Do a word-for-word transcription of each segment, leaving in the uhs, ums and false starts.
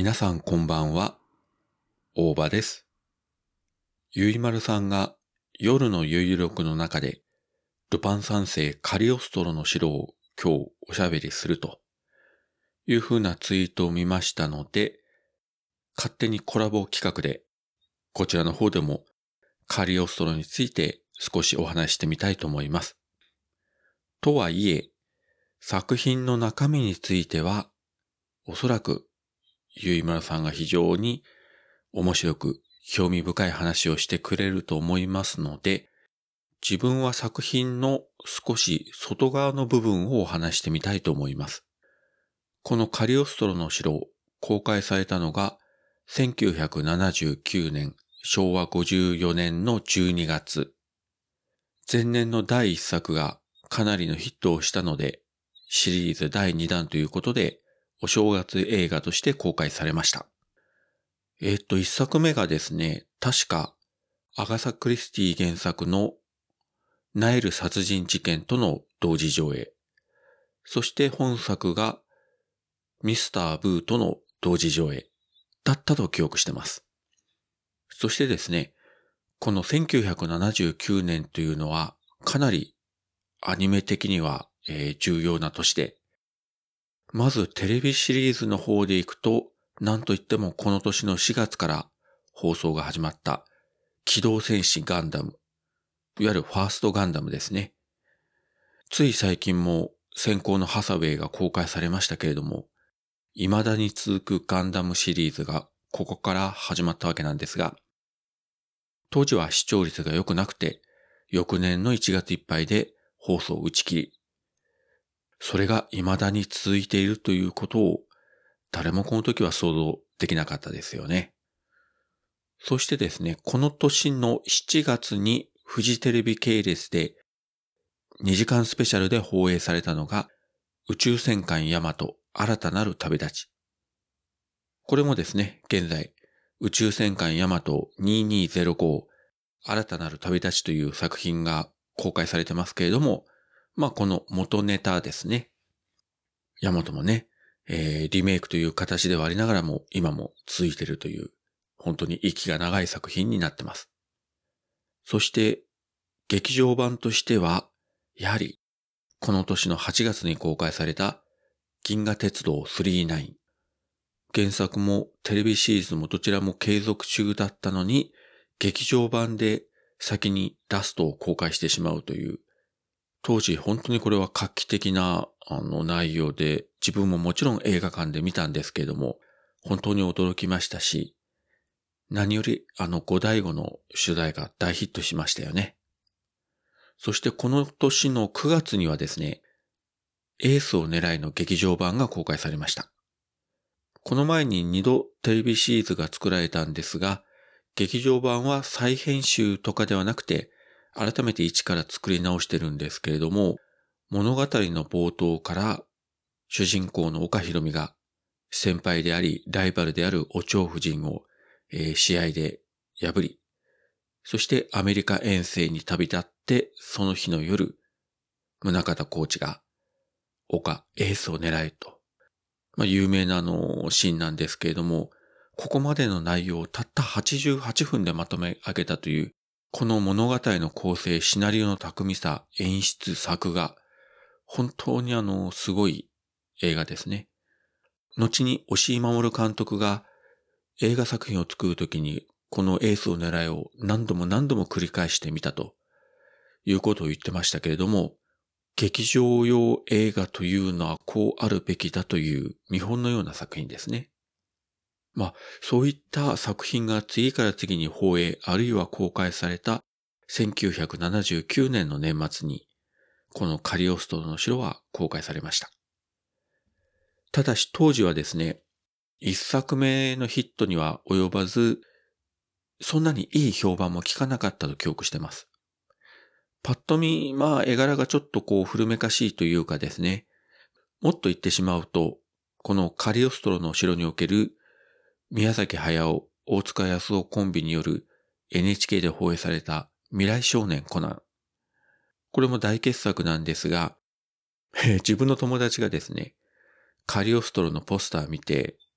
皆さんこんばんは、大場です。ゆいまるさんが夜のゆいろくの中でルパン三世カリオストロの城を今日おしゃべりするという風なツイートを見ましたので、勝手にコラボ企画でこちらの方でもカリオストロについて少しお話してみたいと思います。とはいえ、作品の中身についてはおそらくゆいまるさんが非常に面白く興味深い話をしてくれると思いますので、自分は作品の少し外側の部分をお話してみたいと思います。このカリオストロの城、公開されたのがせんきゅうひゃくななじゅうきゅうねん、しょうわごじゅうよねんのじゅうにがつ。前年のだいいっさくがかなりのヒットをしたので、シリーズだいにだんということで、お正月映画として公開されました。えっと、一作目がですね、確か、アガサ・クリスティ原作のナイル殺人事件との同時上映。そして本作がミスター・ブーとの同時上映だったと記憶してます。そしてですね、このせんきゅうひゃくななじゅうきゅうねんというのはかなりアニメ的には、えー、重要な年で、まずテレビシリーズの方でいくと、なんといってもこの年のしがつから放送が始まった機動戦士ガンダム、いわゆるファーストガンダムですね。つい最近も先行のハサウェイが公開されましたけれども、未だに続くガンダムシリーズがここから始まったわけなんですが、当時は視聴率が良くなくて、翌年のいちがついっぱいで放送を打ち切り、それが未だに続いているということを誰もこの時は想像できなかったですよね。そしてですね、この年のしちがつにフジテレビ系列でにじかんスペシャルで放映されたのが宇宙戦艦ヤマト新たなる旅立ち。これもですね、現在宇宙戦艦ヤマトにせんにひゃくご新たなる旅立ちという作品が公開されてますけれども、まあこの元ネタですね。ヤマトもね、えー、リメイクという形ではありながらも今も続いているという本当に息が長い作品になってます。そして劇場版としてはやはりこの年のはちがつに公開された銀河鉄道さんじゅうきゅう。原作もテレビシリーズもどちらも継続中だったのに、劇場版で先にラストを公開してしまうという、当時本当にこれは画期的なあの内容で、自分ももちろん映画館で見たんですけれども、本当に驚きましたし、何よりあの五醍醐の主題が大ヒットしましたよね。そしてこの年のくがつにはですね、エースを狙いの劇場版が公開されました。この前ににどテレビシリーズが作られたんですが、劇場版は再編集とかではなくて、改めて一から作り直してるんですけれども、物語の冒頭から主人公の岡弘美が先輩でありライバルであるお蝶夫人を、えー、試合で破り、そしてアメリカ遠征に旅立ってその日の夜、宗像コーチが岡エースを狙えと、まあ、有名なあのシーンなんですけれども、ここまでの内容をたったはちじゅうはっぷんでまとめ上げたという、この物語の構成、シナリオの巧みさ、演出、作画、本当にあのすごい映画ですね。後に押井守監督が映画作品を作るときに、このエースを狙いを何度も何度も繰り返してみたということを言ってましたけれども、劇場用映画というのはこうあるべきだという見本のような作品ですね。まあ、そういった作品が次から次に放映あるいは公開されたせんきゅうひゃくななじゅうきゅうねんの年末に、このカリオストロの城は公開されました。ただし当時はですね、一作目のヒットには及ばず、そんなにいい評判も聞かなかったと記憶してます。パッと見、まあ絵柄がちょっとこう古めかしいというかですね、もっと言ってしまうと、このカリオストロの城における宮崎駿、大塚康夫コンビによる エヌエイチケー で放映された未来少年コナン。これも大傑作なんですが、自分の友達がですね、カリオストロのポスター見て、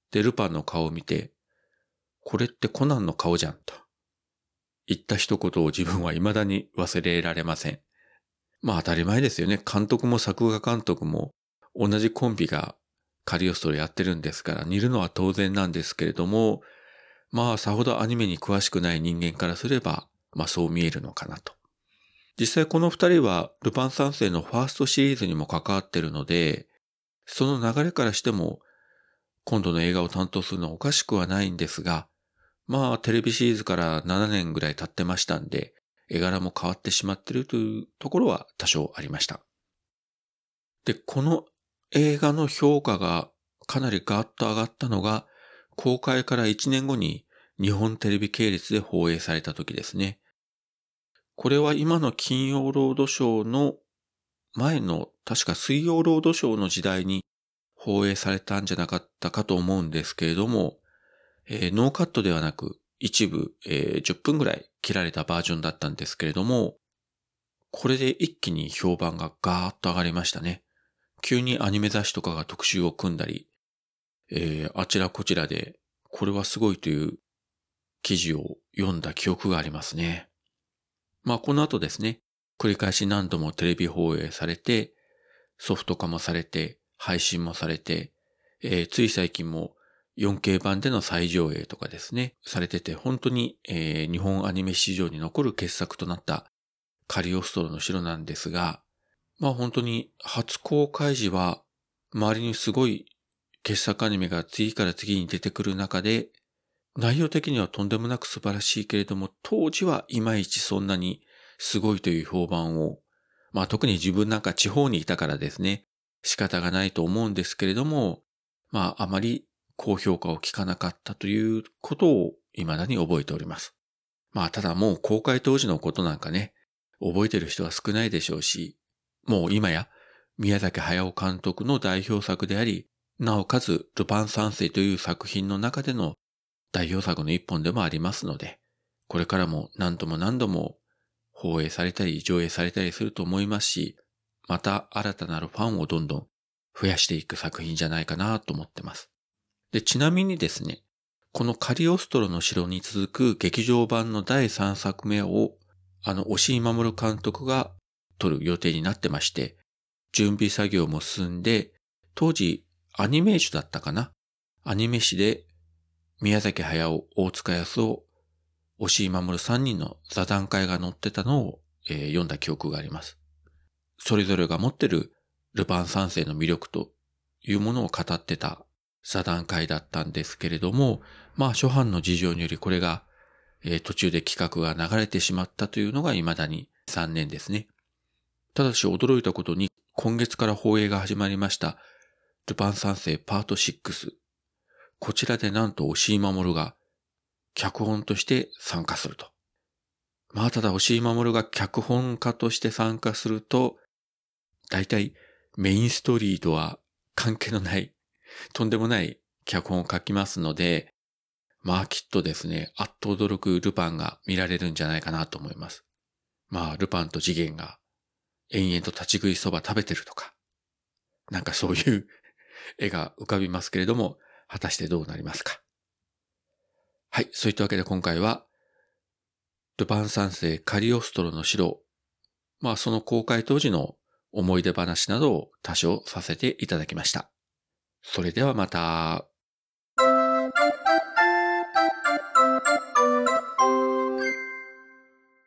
で、ルパンの顔を見て、これってコナンの顔じゃんと言った一言を自分は未だに忘れられません。まあ当たり前ですよね。監督も作画監督も同じコンビがカリオストロやってるんですから似るのは当然なんですけれども、まあさほどアニメに詳しくない人間からすれば、まあそう見えるのかなと。実際この二人はルパン三世のファーストシリーズにも関わってるので、その流れからしても今度の映画を担当するのはおかしくはないんですが、まあテレビシリーズからななねんぐらい経ってましたんで、絵柄も変わってしまっているというところは多少ありました。で、この映画の評価がかなりガーッと上がったのが、公開からいちねんごに日本テレビ系列で放映された時ですね。これは今の金曜ロードショーの前の確か水曜ロードショーの時代に放映されたんじゃなかったかと思うんですけれども、えー、ノーカットではなく一部、えー、じゅっぷんぐらい切られたバージョンだったんですけれども、これで一気に評判がガーッと上がりましたね。急にアニメ雑誌とかが特集を組んだり、えー、あちらこちらでこれはすごいという記事を読んだ記憶がありますね。まあこの後ですね、繰り返し何度もテレビ放映されて、ソフト化もされて、配信もされて、えー、つい最近も よんケー 版での再上映とかですね、されてて、本当に、えー、日本アニメ史上に残る傑作となったカリオストロの城なんですが、まあ本当に初公開時は周りにすごい傑作アニメが次から次に出てくる中で、内容的にはとんでもなく素晴らしいけれども、当時はいまいちそんなにすごいという評判を、まあ特に自分なんか地方にいたからですね、仕方がないと思うんですけれども、まああまり高評価を聞かなかったということを未だに覚えております。まあただもう公開当時のことなんかね、覚えてる人は少ないでしょうし、もう今や宮崎駿監督の代表作であり、なおかつルパン三世という作品の中での代表作の一本でもありますので、これからも何度も何度も放映されたり上映されたりすると思いますし、また新たなるファンをどんどん増やしていく作品じゃないかなと思ってます。で、ちなみにですね、このカリオストロの城に続く劇場版のだいさんさくめを、あの、押井守監督が撮る予定になってまして、準備作業も進んで、当時アニメージュだったかな、アニメ誌で宮崎駿、大塚康夫、押井守さんにんの座談会が載ってたのを、えー、読んだ記憶があります。それぞれが持ってるルパン三世の魅力というものを語ってた座談会だったんですけれども、まあ初版の事情によりこれが、えー、途中で企画が流れてしまったというのが未だに残念ですね。ただし驚いたことに今月から放映が始まりましたルパン三世パートシックス。こちらでなんと押井守が脚本として参加すると。まあただ押井守が脚本家として参加すると、大体メインストーリーとは関係のない、とんでもない脚本を書きますので、まあきっとですね、あっと驚くルパンが見られるんじゃないかなと思います。まあルパンと次元が延々と立ち食いそば食べてるとか、なんかそういう絵が浮かびますけれども、果たしてどうなりますか。はい、そういったわけで今回は、ルパン三世カリオストロの城、まあその公開当時の思い出話などを多少させていただきました。それではまた。